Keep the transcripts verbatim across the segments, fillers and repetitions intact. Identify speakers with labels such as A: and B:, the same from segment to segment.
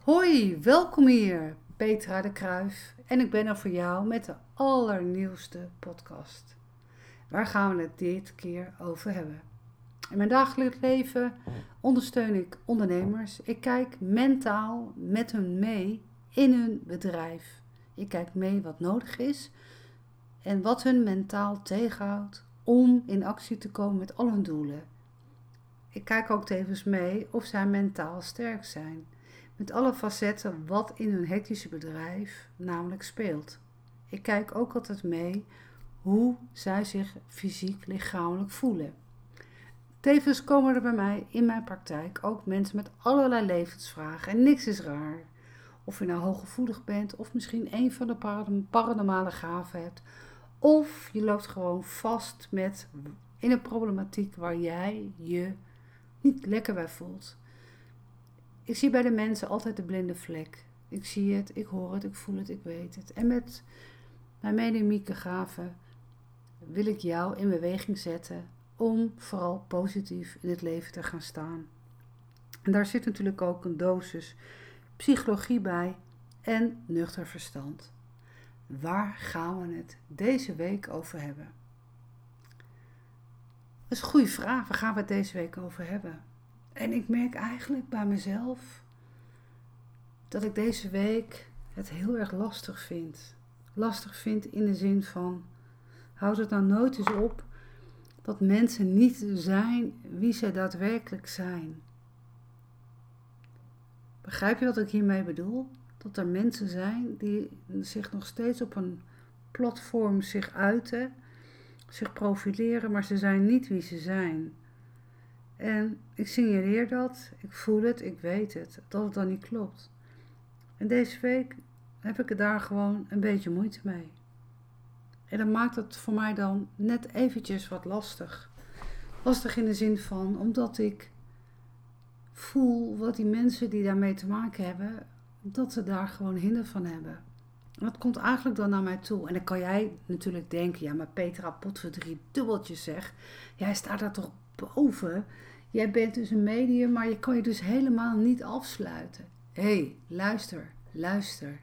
A: Hoi, welkom hier, Petra de Kruif. En ik ben er voor jou met de allernieuwste podcast. Waar gaan we het dit keer over hebben? In mijn dagelijks leven ondersteun ik ondernemers. Ik kijk mentaal met hun mee in hun bedrijf. Ik kijk mee wat nodig is en wat hun mentaal tegenhoudt om in actie te komen met al hun doelen. Ik kijk ook tevens mee of zij mentaal sterk zijn. Met alle facetten wat in hun hectische bedrijf namelijk speelt. Ik kijk ook altijd mee hoe zij zich fysiek lichamelijk voelen. Tevens komen er bij mij in mijn praktijk ook mensen met allerlei levensvragen en niks is raar. Of je nou hooggevoelig bent of misschien een van de paranormale gaven hebt. Of je loopt gewoon vast met in een problematiek waar jij je niet lekker bij voelt. Ik zie bij de mensen altijd de blinde vlek. Ik zie het, ik hoor het, ik voel het, ik weet het. En met mijn mediumieke gaven wil ik jou in beweging zetten om vooral positief in het leven te gaan staan. En daar zit natuurlijk ook een dosis psychologie bij en nuchter verstand. Waar gaan we het deze week over hebben? Dat is een goede vraag. Waar gaan we het deze week over hebben? En ik merk eigenlijk bij mezelf dat ik deze week het heel erg lastig vind. Lastig vind in de zin van, houd het nou nooit eens op dat mensen niet zijn wie ze daadwerkelijk zijn. Begrijp je wat ik hiermee bedoel? Dat er mensen zijn die zich nog steeds op een platform zich uiten, zich profileren, maar ze zijn niet wie ze zijn. En ik signaleer dat, ik voel het, ik weet het, dat het dan niet klopt. En deze week heb ik er daar gewoon een beetje moeite mee. En dat maakt het voor mij dan net eventjes wat lastig. Lastig in de zin van, omdat ik voel wat die mensen die daarmee te maken hebben, dat ze daar gewoon hinder van hebben. En dat komt eigenlijk dan naar mij toe. En dan kan jij natuurlijk denken, ja maar Petra, potverdrie, dubbeltjes zeg. Jij staat daar toch boven. Jij bent dus een medium, maar je kan je dus helemaal niet afsluiten. Hé, hey, luister, luister.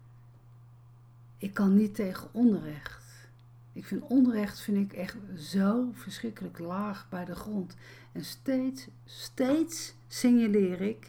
A: Ik kan niet tegen onrecht. Ik vind onrecht vind ik echt zo verschrikkelijk laag bij de grond. En steeds, steeds signaleer ik,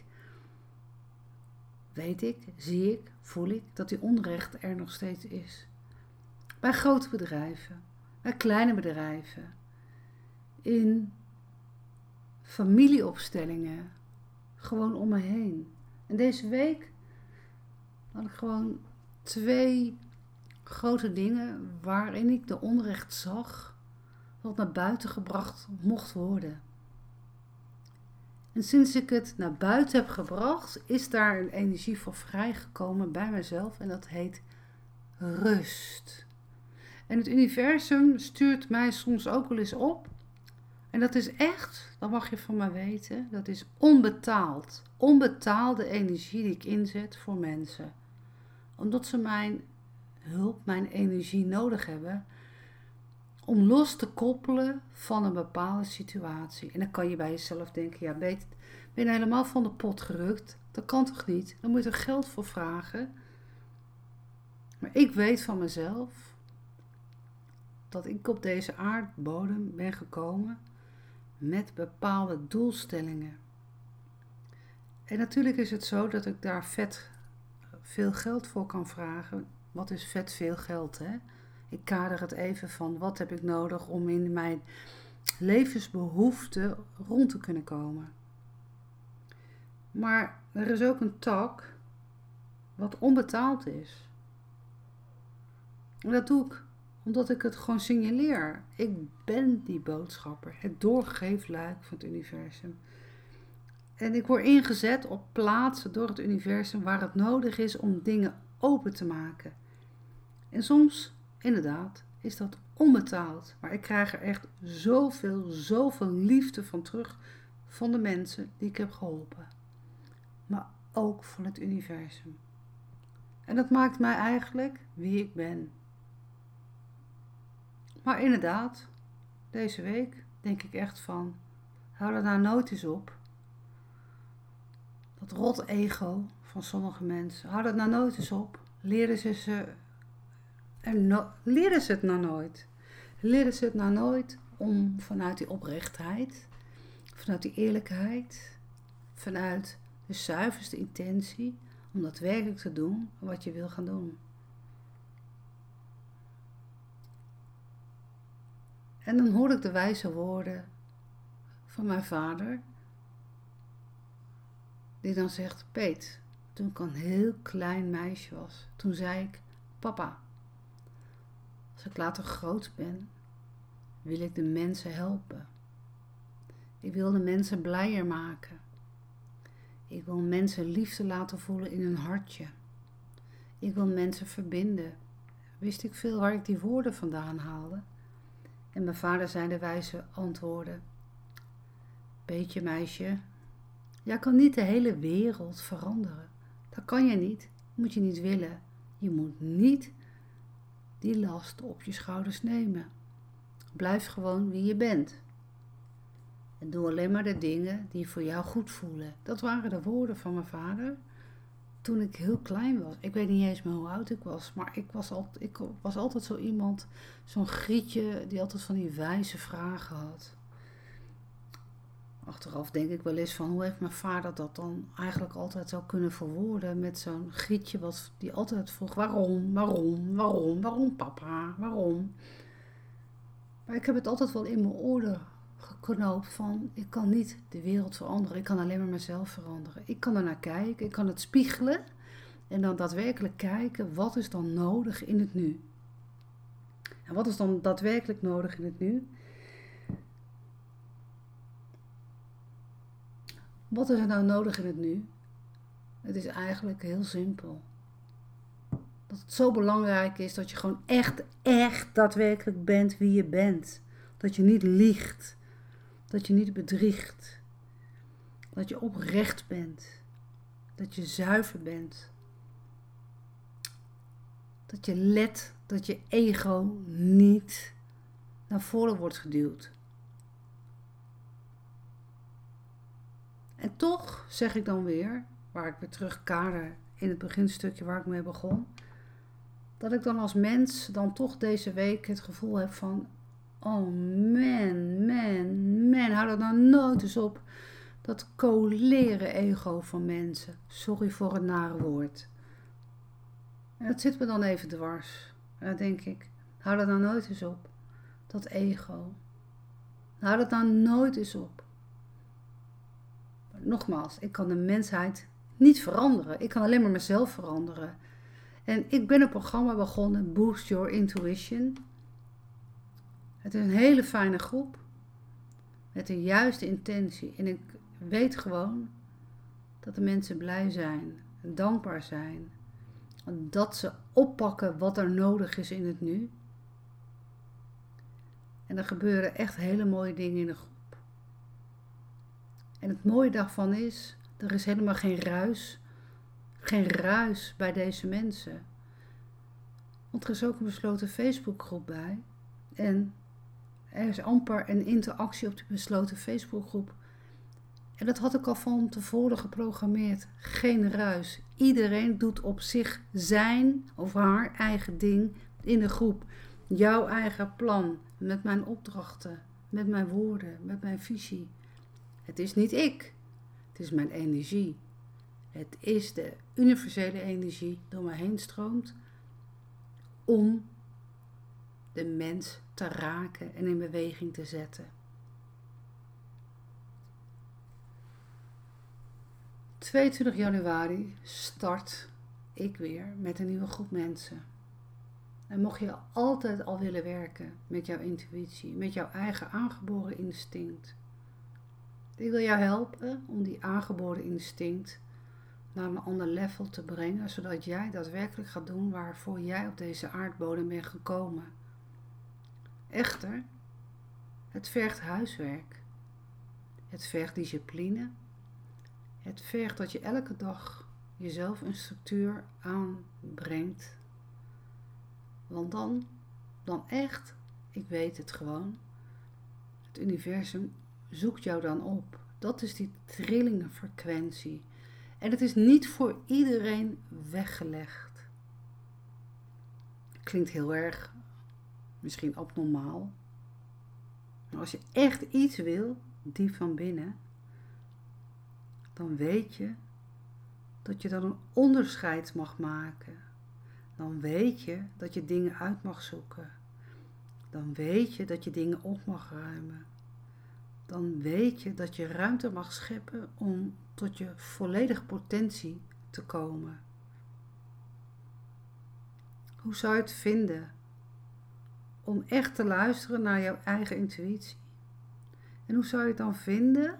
A: weet ik, zie ik, voel ik, dat die onrecht er nog steeds is. Bij grote bedrijven, bij kleine bedrijven, in familieopstellingen, gewoon om me heen. En deze week had ik gewoon twee grote dingen waarin ik de onrecht zag, wat naar buiten gebracht mocht worden. En sinds ik het naar buiten heb gebracht, is daar een energie voor vrijgekomen bij mezelf en dat heet rust. En het universum stuurt mij soms ook wel eens op. En dat is echt, dat mag je van mij weten, dat is onbetaald. Onbetaalde energie die ik inzet voor mensen. Omdat ze mijn hulp, mijn energie nodig hebben om los te koppelen van een bepaalde situatie. En dan kan je bij jezelf denken, ja, ben je nou helemaal van de pot gerukt? Dat kan toch niet? Dan moet je er geld voor vragen. Maar ik weet van mezelf dat ik op deze aardbodem ben gekomen met bepaalde doelstellingen. En natuurlijk is het zo dat ik daar vet veel geld voor kan vragen. Wat is vet veel geld, hè? Ik kader het even van wat heb ik nodig om in mijn levensbehoeften rond te kunnen komen. Maar er is ook een tak wat onbetaald is. En dat doe ik omdat ik het gewoon signaleer. Ik ben die boodschapper, het doorgeefluik van het universum. En ik word ingezet op plaatsen door het universum waar het nodig is om dingen open te maken. En soms, inderdaad, is dat onbetaald. Maar ik krijg er echt zoveel, zoveel liefde van terug van de mensen die ik heb geholpen. Maar ook van het universum. En dat maakt mij eigenlijk wie ik ben. Maar inderdaad, deze week denk ik echt van, hou er nou nooit eens op. Dat rot ego van sommige mensen. Hou dat nou nooit eens op. Leren ze, ze, er no- leren ze het nou nooit. Leren ze het nou nooit om vanuit die oprechtheid, vanuit die eerlijkheid, vanuit de zuiverste intentie, om daadwerkelijk te doen wat je wil gaan doen. En dan hoorde ik de wijze woorden van mijn vader, die dan zegt: Peet, toen ik een heel klein meisje was, toen zei ik: papa, als ik later groot ben, wil ik de mensen helpen. Ik wil de mensen blijer maken. Ik wil mensen liefde laten voelen in hun hartje. Ik wil mensen verbinden. Wist ik veel waar ik die woorden vandaan haalde? En mijn vader zei de wijze antwoorden: Beetje meisje, jij kan niet de hele wereld veranderen. Dat kan je niet. Moet je niet willen. Je moet niet die last op je schouders nemen. Blijf gewoon wie je bent. En doe alleen maar de dingen die voor jou goed voelen. Dat waren de woorden van mijn vader toen ik heel klein was. Ik weet niet eens meer hoe oud ik was, maar ik was, al, ik was altijd zo iemand, zo'n grietje die altijd van die wijze vragen had. Achteraf denk ik wel eens van, hoe heeft mijn vader dat dan eigenlijk altijd zo kunnen verwoorden met zo'n grietje wat die altijd vroeg: waarom, waarom, waarom, waarom papa, waarom? Maar ik heb het altijd wel in mijn oren geknoopt van, ik kan niet de wereld veranderen, ik kan alleen maar mezelf veranderen. Ik kan er naar kijken, ik kan het spiegelen en dan daadwerkelijk kijken, wat is dan nodig in het nu? En wat is dan daadwerkelijk nodig in het nu? Wat is er nou nodig in het nu? Het is eigenlijk heel simpel. Dat het zo belangrijk is dat je gewoon echt, echt daadwerkelijk bent wie je bent. Dat je niet liegt. Dat je niet bedriegt. Dat je oprecht bent. Dat je zuiver bent. Dat je let dat je ego niet naar voren wordt geduwd. En toch zeg ik dan weer, waar ik weer terugkader in het beginstukje waar ik mee begon, dat ik dan als mens dan toch deze week het gevoel heb van, oh man, man, man, hou dat nou nooit eens op. Dat coleren ego van mensen. Sorry voor het nare woord. En dat zit me dan even dwars. En dan denk ik, hou dat nou nooit eens op. Dat ego. Hou dat nou nooit eens op. Nogmaals, ik kan de mensheid niet veranderen. Ik kan alleen maar mezelf veranderen. En ik ben een programma begonnen, Boost Your Intuition. Het is een hele fijne groep. Met de juiste intentie. En ik weet gewoon dat de mensen blij zijn. En dankbaar zijn. Dat ze oppakken wat er nodig is in het nu. En er gebeuren echt hele mooie dingen in de groep. En het mooie daarvan is, er is helemaal geen ruis. Geen ruis bij deze mensen. Want er is ook een besloten Facebookgroep bij. En er is amper een interactie op die besloten Facebookgroep. En dat had ik al van tevoren geprogrammeerd. Geen ruis. Iedereen doet op zich zijn of haar eigen ding in de groep. Jouw eigen plan. Met mijn opdrachten. Met mijn woorden. Met mijn visie. Het is niet ik. Het is mijn energie. Het is de universele energie door mij heen stroomt. Om de mens te raken en in beweging te zetten. tweeëntwintig januari start ik weer met een nieuwe groep mensen. En mocht je altijd al willen werken met jouw intuïtie, met jouw eigen aangeboren instinct. Ik wil jou helpen om die aangeboren instinct naar een ander level te brengen, zodat jij daadwerkelijk gaat doen waarvoor jij op deze aardbodem bent gekomen. Echter, het vergt huiswerk. Het vergt discipline. Het vergt dat je elke dag jezelf een structuur aanbrengt. Want dan, dan echt, ik weet het gewoon, het universum zoekt jou dan op. Dat is die trillingenfrequentie. En het is niet voor iedereen weggelegd. Klinkt heel erg, misschien abnormaal. Maar als je echt iets wil, diep van binnen, dan weet je dat je dan een onderscheid mag maken. Dan weet je dat je dingen uit mag zoeken. Dan weet je dat je dingen op mag ruimen. Dan weet je dat je ruimte mag scheppen om tot je volledige potentie te komen. Hoe zou je het vinden om echt te luisteren naar jouw eigen intuïtie? En hoe zou je het dan vinden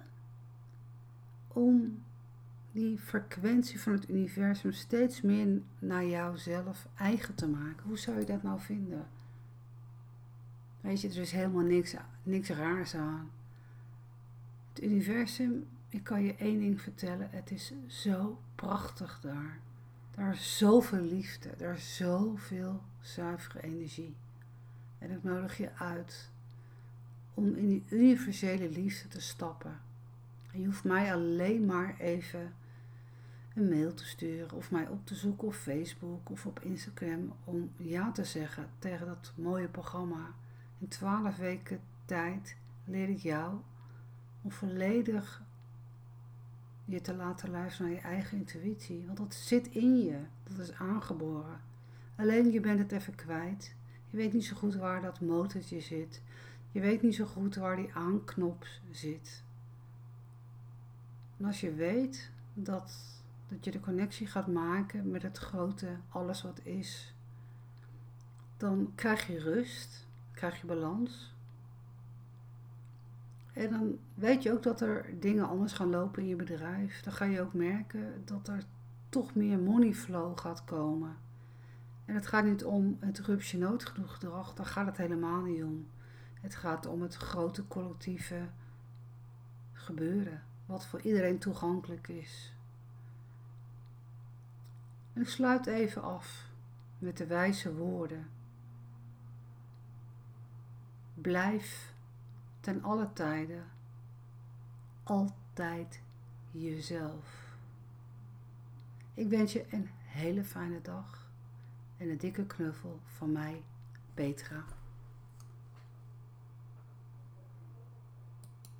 A: om die frequentie van het universum steeds meer naar jouzelf eigen te maken? Hoe zou je dat nou vinden? Weet je, er is helemaal niks, niks raars aan. Het universum, ik kan je één ding vertellen, het is zo prachtig daar. Daar is zoveel liefde, daar is zoveel zuivere energie. En ik nodig je uit om in die universele liefde te stappen. En je hoeft mij alleen maar even een mail te sturen of mij op te zoeken op Facebook of op Instagram om ja te zeggen tegen dat mooie programma. In twaalf weken tijd leer ik jou om volledig je te laten luisteren naar je eigen intuïtie. Want dat zit in je, dat is aangeboren. Alleen je bent het even kwijt. Je weet niet zo goed waar dat motortje zit. Je weet niet zo goed waar die aanknop zit. En als je weet dat, dat je de connectie gaat maken met het grote alles wat is, dan krijg je rust, krijg je balans. En dan weet je ook dat er dingen anders gaan lopen in je bedrijf. Dan ga je ook merken dat er toch meer money flow gaat komen. En het gaat niet om het rupsje noodgedrag, daar gaat het helemaal niet om. Het gaat om het grote collectieve gebeuren, wat voor iedereen toegankelijk is. En ik sluit even af met de wijze woorden. Blijf ten alle tijden altijd jezelf. Ik wens je een hele fijne dag en een dikke knuffel van mij, Petra.